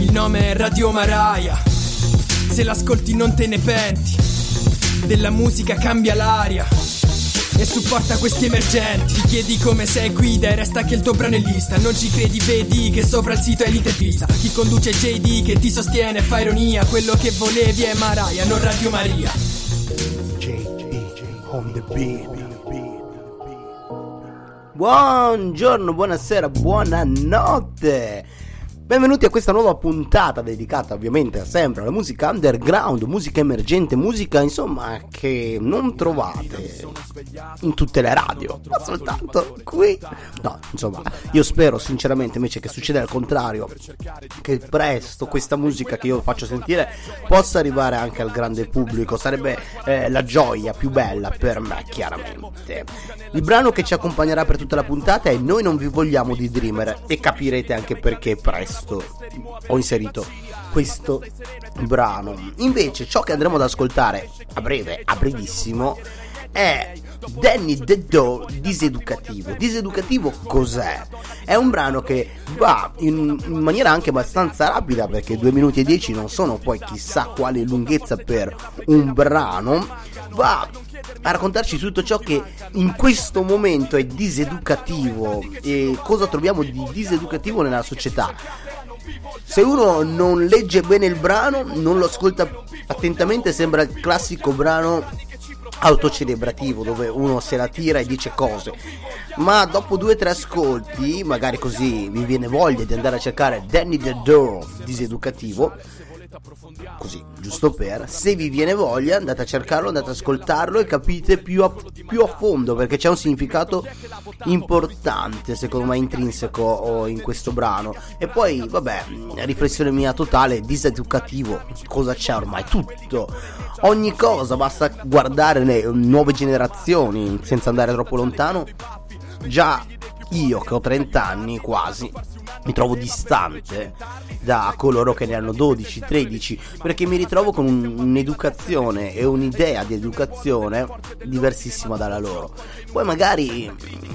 Il nome è Radio Maraia, se l'ascolti non te ne penti, della musica cambia l'aria e supporta questi emergenti. Ti chiedi come sei, guida e resta che il tuo brano è lista. Non ci credi, vedi che sopra il sito è l'intervista. Chi conduce è JD che ti sostiene, fa ironia. Quello che volevi è Maraia, non Radio Maria. JD on the beat. Buongiorno, buonasera, buonanotte. Benvenuti a questa nuova puntata dedicata ovviamente sempre alla musica underground, musica emergente, musica insomma che non trovate in tutte le radio, ma soltanto qui. No, insomma, io spero sinceramente invece che succeda al contrario, che presto questa musica che io faccio sentire possa arrivare anche al grande pubblico. Sarebbe la gioia più bella per me, chiaramente. Il brano che ci accompagnerà per tutta la puntata è Noi non vi vogliamo di Dreamer, e capirete anche perché presto ho inserito questo brano. Invece ciò che andremo ad ascoltare a breve, a brevissimo, è Danny the Doe, Diseducativo. Diseducativo cos'è? È un brano che va in maniera anche abbastanza rapida, perché 2 minuti e 10 non sono poi chissà quale lunghezza per un brano. Va a raccontarci tutto ciò che in questo momento è diseducativo e cosa troviamo di diseducativo nella società. Se uno non legge bene il brano, non lo ascolta attentamente, sembra il classico brano autocelebrativo dove uno se la tira e dice cose, ma dopo 2 o 3 ascolti magari così vi viene voglia di andare a cercare Danny the Doe, Diseducativo, così giusto per, se vi viene voglia andate a cercarlo, andate ad ascoltarlo e capite più a fondo, perché c'è un significato importante secondo me intrinseco in questo brano. E poi vabbè, riflessione mia totale, diseducativo cosa c'è ormai? Tutto, ogni cosa, basta guardare le nuove generazioni senza andare troppo lontano. Già io che ho 30 anni quasi mi trovo distante da coloro che ne hanno 12, 13, perché mi ritrovo con un'educazione e un'idea di educazione diversissima dalla loro. Poi magari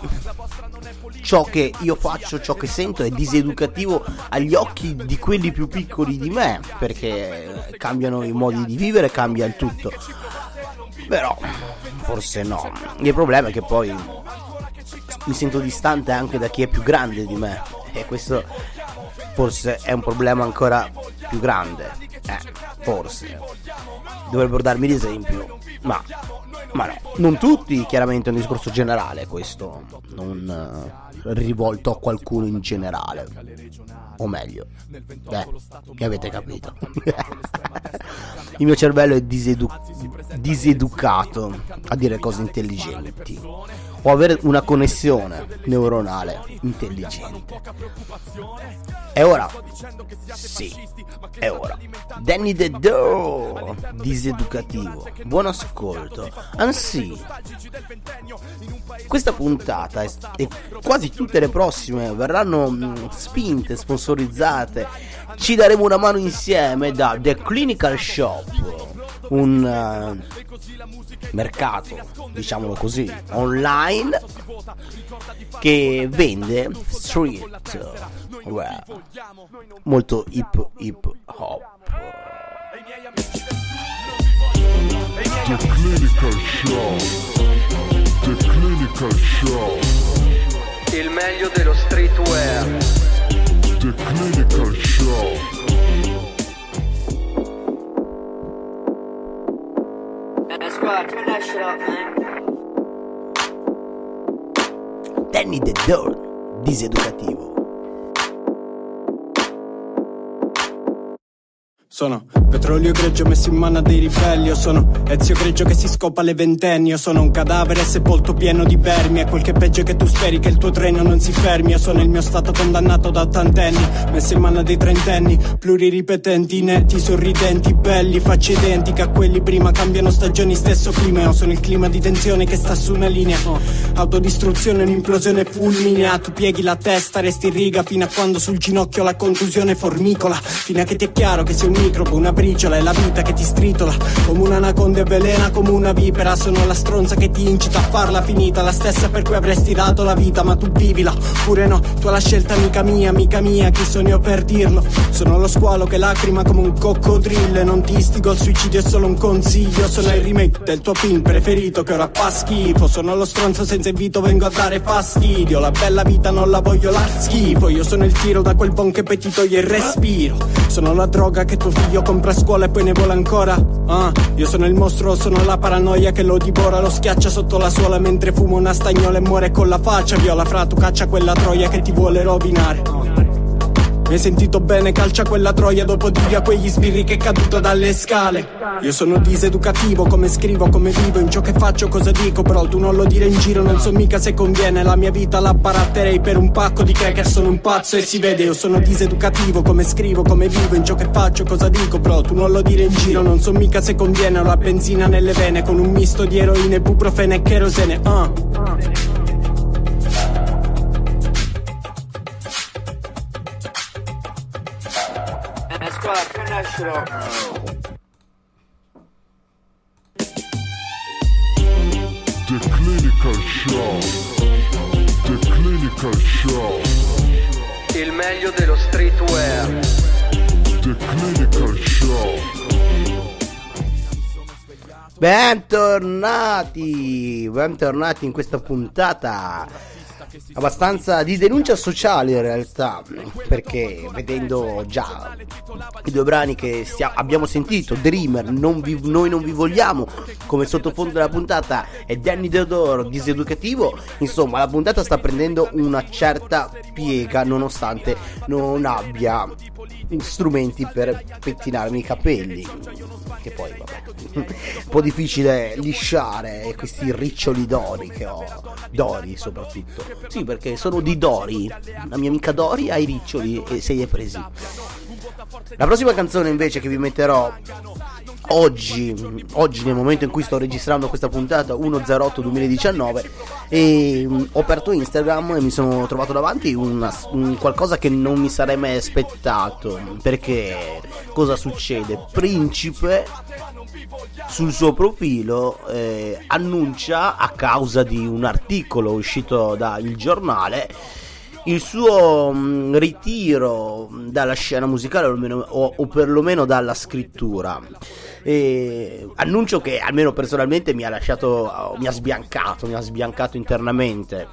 ciò che io faccio, ciò che sento è diseducativo agli occhi di quelli più piccoli di me, perché cambiano i modi di vivere, cambia il tutto. Però forse no. Il problema è che poi mi sento distante anche da chi è più grande di me, e questo forse è un problema ancora più grande. Forse dovrebbero darmi l'esempio, ma no, non tutti, chiaramente è un discorso generale questo, non rivolto a qualcuno in generale, o meglio, mi avete capito. Il mio cervello è diseducato a dire cose intelligenti o avere una connessione neuronale intelligente. È ora, sì, è ora. Danny the Doe, Diseducativo. Buon ascolto. Anzi, questa puntata e quasi tutte le prossime verranno spinte, sponsorizzate. Ci daremo una mano insieme da The Clinical Shop, un mercato, diciamolo così, online che vende street rap, molto hip hop. The Clinical Show, The Clinical Show, il meglio dello streetwear. The Clinical Show. Turn that shit up, man. Danny the Doe, Diseducativo. Sono petrolio grigio messo in mano a dei ribelli. Io sono Ezio Greggio che si scopa alle ventenni. Io sono un cadavere sepolto pieno di vermi. È quel che è peggio che tu speri che il tuo treno non si fermi. Io sono il mio stato condannato da ottantenni, messo in mano a dei trentenni, pluriripetenti, inetti, sorridenti, belli, facce identiche a quelli prima. Cambiano stagioni, stesso clima. Io sono il clima di tensione che sta su una linea. Autodistruzione, un'implosione fulminea. Tu pieghi la testa, resti in riga fino a quando sul ginocchio la contusione formicola. Fino a che ti è chiaro che sei un microbo, una briciola, è la vita che ti stritola come un'anaconda e velena come una vipera. Sono la stronza che ti incita a farla finita, la stessa per cui avresti dato la vita, ma tu vivila, oppure no, tu hai la scelta amica mia, chi sono io per dirlo? Sono lo squalo che lacrima come un coccodrillo e non ti istigo al suicidio, è solo un consiglio. Sono il remake del tuo film preferito che ora fa schifo, sono lo stronzo senza invito, vengo a dare fastidio, la bella vita non la voglio, la schifo. Io sono il tiro da quel bon che poi ti toglie il respiro, sono la droga che tuo figlio compra a scuola e poi ne vola ancora. Io sono il mostro, sono la paranoia che lo divora, lo schiaccia sotto la suola mentre fuma una stagnola e muore con la faccia viola. Fra, tu caccia quella troia che ti vuole rovinare. Mi hai sentito bene, calcia quella troia, dopo di via quegli sbirri che è caduto dalle scale. Io sono diseducativo, come scrivo, come vivo, in ciò che faccio cosa dico, però tu non lo dire in giro, non so mica se conviene, la mia vita la baratterei per un pacco di cracker, sono un pazzo e si vede. Io sono diseducativo, come scrivo, come vivo, in ciò che faccio cosa dico, però tu non lo dire in giro, non so mica se conviene, ho la benzina nelle vene con un misto di eroina, ibuprofene e kerosene. The Clinical Show. The Clinical Show. Il meglio dello streetwear. The Clinical Show. Bentornati in questa puntata abbastanza di denuncia sociale in realtà, perché vedendo già i due brani che abbiamo sentito, Dreamer, Noi non vi vogliamo, come sottofondo della puntata, e Danny Theodore, Diseducativo, insomma la puntata sta prendendo una certa piega nonostante non abbia strumenti per pettinarmi i capelli, che poi vabbè un po' difficile lisciare questi riccioli d'ori che ho, Dori soprattutto, sì, perché sono di Dori, la mia amica Dori ha i riccioli e se li è presi. La prossima canzone invece che vi metterò oggi nel momento in cui sto registrando questa puntata, 1/08/2019, e ho aperto Instagram e mi sono trovato davanti un qualcosa che non mi sarei mai aspettato, perché cosa succede? Principe sul suo profilo annuncia, a causa di un articolo uscito da Il Giornale, il suo ritiro dalla scena musicale o perlomeno dalla scrittura. Annuncio che almeno personalmente mi ha sbiancato internamente.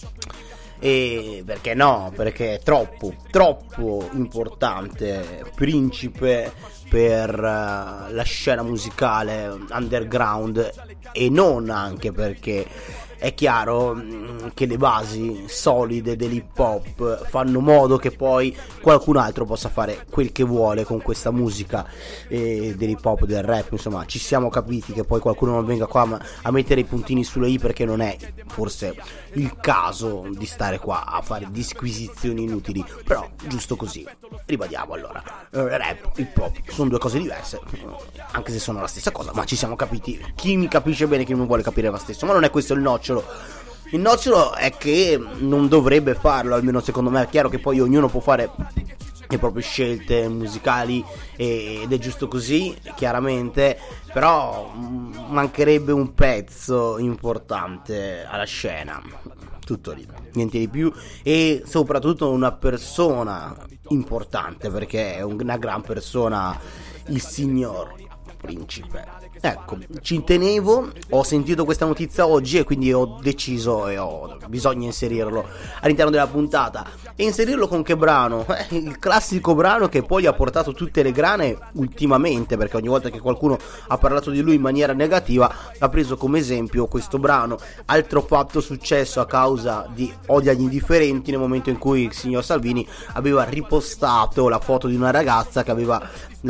E perché no? Perché è troppo importante Principe per la scena musicale underground, e non anche perché è chiaro che le basi solide dell'hip hop fanno modo che poi qualcun altro possa fare quel che vuole con questa musica dell'hip hop, del rap, insomma ci siamo capiti, che poi qualcuno non venga qua a mettere i puntini sulle i, perché non è forse il caso di stare qua a fare disquisizioni inutili, però giusto così. Ribadiamo allora, rap, hip hop sono due cose diverse, anche se sono la stessa cosa, ma ci siamo capiti, chi mi capisce bene, chi non vuole capire la stessa, ma non è questo il nocciolo. Il nocciolo è che non dovrebbe farlo, almeno secondo me. È chiaro che poi ognuno può fare le proprie scelte musicali ed è giusto così, chiaramente, però mancherebbe un pezzo importante alla scena, tutto lì, niente di più, e soprattutto una persona importante, perché è una gran persona, il signor Principe. Ecco, ci tenevo, ho sentito questa notizia oggi e quindi ho deciso bisogna inserirlo all'interno della puntata. E inserirlo con che brano? Il classico brano che poi ha portato tutte le grane ultimamente, perché ogni volta che qualcuno ha parlato di lui in maniera negativa ha preso come esempio questo brano. Altro fatto successo a causa di Odio agli indifferenti, nel momento in cui il signor Salvini aveva ripostato la foto di una ragazza che aveva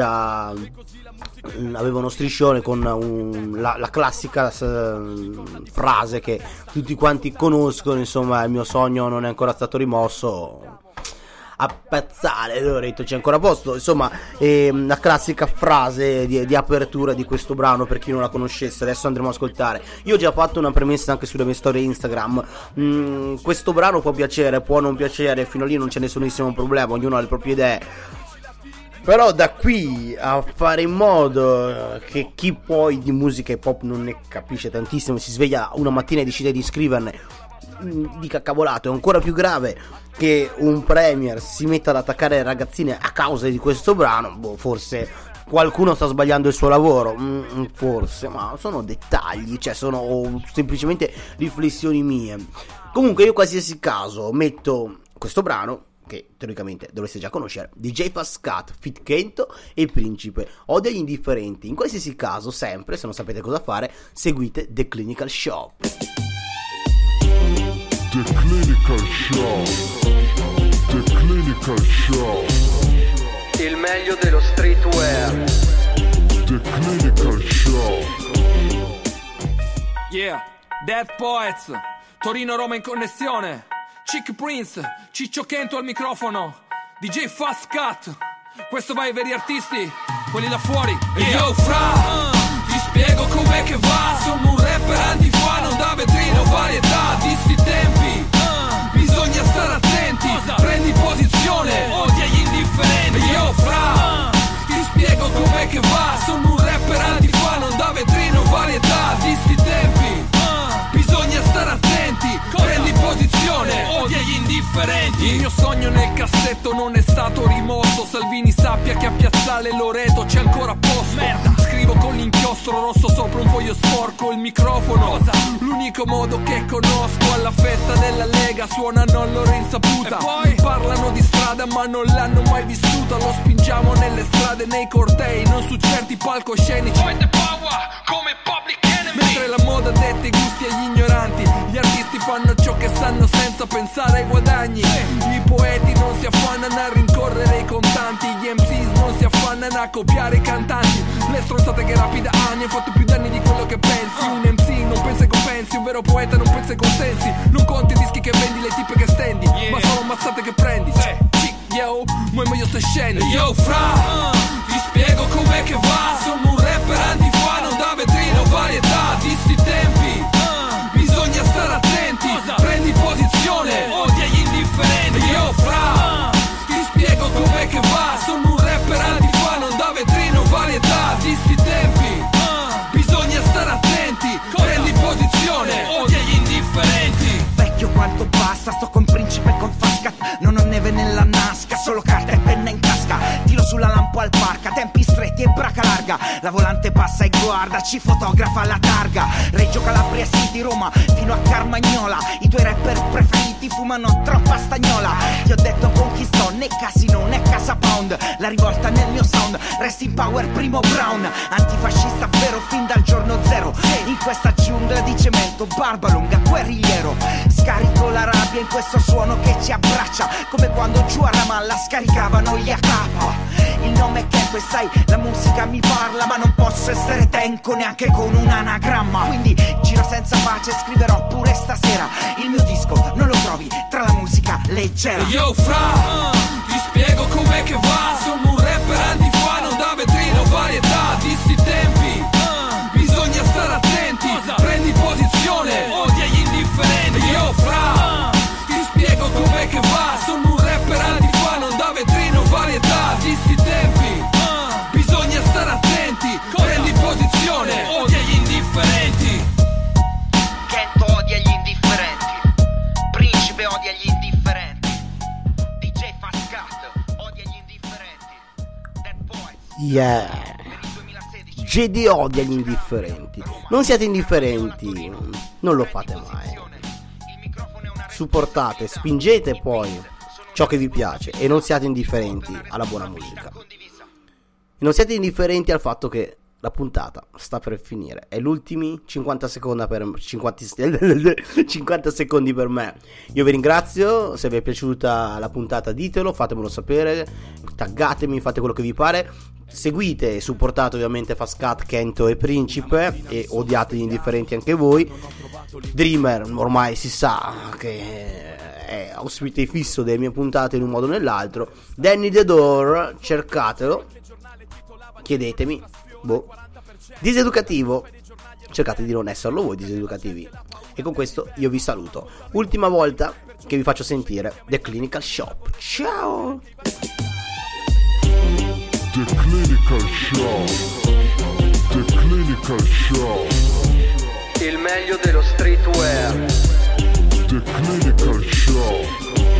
uno striscione con la classica frase che tutti quanti conoscono, insomma il mio sogno non è ancora stato rimosso, a pezzale, ho detto c'è ancora posto, insomma la classica frase di apertura di questo brano, per chi non la conoscesse. Adesso andremo ad ascoltare. Io ho già fatto una premessa anche sulle mie storie Instagram, questo brano può piacere, può non piacere, fino a lì non c'è nessunissimo problema, ognuno ha le proprie idee, Però da qui a fare in modo che chi poi di musica hip hop non ne capisce tantissimo si sveglia una mattina e decide di scriverne, dica cavolato. È ancora più grave che un premier si metta ad attaccare ragazzine a causa di questo brano. Forse qualcuno sta sbagliando il suo lavoro, forse, ma sono dettagli, cioè sono semplicemente riflessioni mie. Comunque io in qualsiasi caso metto questo brano, che teoricamente dovreste già conoscere, DJ Fast Cat, Fit Kento e Principe, o degli indifferenti. In qualsiasi caso, sempre, se non sapete cosa fare, seguite The Clinical Show. The Clinical Show. The Clinical Show. Il meglio dello streetwear. The Clinical Show. Yeah, Dead Poets, Torino-Roma in connessione. Chick Prince, Ciccio Kento al microfono. DJ Fast Cat, questo va ai veri artisti, quelli là fuori. E yo fra, ti spiego com'è che va. Sono un rapper antifa, non da vetrino, varietà di sti tempi. Bisogna stare attenti, prendi posizione, odia gli indifferenti. E yo fra, ti spiego com'è che va. Sono un rapper antifa, non da vetrino, varietà di sti tempi. Bisogna stare attenti, prendi posizione, odia gli indifferenti. Il mio sogno nel cassetto non è stato rimosso. Salvini sappia che a Piazzale Loreto c'è ancora posto. Merda, scrivo con l'inchiostro rosso sopra un foglio sporco. Il microfono, l'unico modo che conosco. Alla festa della Lega suonano loro insaputa. E poi parlano di strada ma non l'hanno mai vissuta. Lo spingiamo nelle strade, nei cortei, non su certi palcoscenici. Fight the power come Public Enemy. Mentre la moda detta i gusti agli ignoranti, gli artisti fanno ciò che sanno senza pensare ai guadagni. I poeti non si affannano a rincorrere i contanti, gli MCs non si affannano a copiare i cantanti. Le stronzate che rapida anni hanno fatto più danni di quello che pensi. Un MC non pensa ai compensi, un vero poeta non pensa ai consensi. Non conti i dischi che vendi, le tipe che stendi, ma sono ammazzate che prendi. Yo, ma è meglio se scendi. Yo fra, ti spiego com'è che va. Sono un rapper antifa, non da vetrino, varietà di sti tempi. Bisogna stare attenti, prendi posizione, odia gli indifferenti. Yo fra, ti spiego com'è che va. Sono un rapper antifa, non da vetrino, varietà di sti tempi. Bisogna stare attenti, prendi posizione, odia gli indifferenti. Vecchio quanto basta, sto con Principe e con Fasca. Non ho neve nella nasca, solo carta e penna in tasca. Tiro sulla lampo al parca, tempi stretti e bracca larga. La volante passa e guarda, ci fotografa la targa. Reggio Calabria City, Roma, fino a Carmagnola. I tuoi rapper preferiti fumano troppa stagnola. Ti ho detto con chi sto, né casino né casa pound. La rivolta nel mio sound, rest in power Primo Brown. Antifascista vero fin dal giorno zero. In questa giungla di cemento, barba lunga, guerrigliero. Scarico la rabbia in questo suono che ci abbraccia, come quando giù a Ramallah scaricavano gli AK. Il nome è Kento e sai, la musica mi parla, ma non posso essere tenco neanche con un anagramma. Quindi giro senza pace, scriverò pure stasera. Il mio disco non lo trovi tra la musica leggera. Yo fra, ti spiego com'è che va. Sono un rapper antifa, non da vetrino, varietà di sti tempi. Bisogna stare attenti, prendi posizione, odia gli indifferenti. Yo fra, ti spiego com'è che va. Sono un rapper antifa, non da vetrino, varietà di sti tempi. Bisogna stare attenti, prendi posizione, odia gli indifferenti. Kento odia gli indifferenti, Principe odia gli indifferenti, DJ Fast Cat odia gli indifferenti, Dead Poets. Yeah. JD odia gli indifferenti. Non siate indifferenti, non lo fate mai. Supportate, spingete poi ciò che vi piace e non siate indifferenti alla buona musica. E non siate indifferenti al fatto che la puntata sta per finire. È l'ultimi 50 secondi per 50 secondi per me. Io vi ringrazio. Se vi è piaciuta la puntata ditemelo, fatemelo sapere, taggatemi, fate quello che vi pare. Seguite e supportate ovviamente Fast Cat, Kento e Principe, e odiate gli indifferenti anche voi. Dreamer ormai si sa che è ospite fisso delle mie puntate in un modo o nell'altro. Danny The Door, cercatelo, chiedetemi. Diseducativo, cercate di non esserlo voi diseducativi. E con questo io vi saluto. Ultima volta che vi faccio sentire The Clinical Shop. Ciao. The Clinical Show. The Clinical Show. Il meglio dello streetwear. The Clinical Show.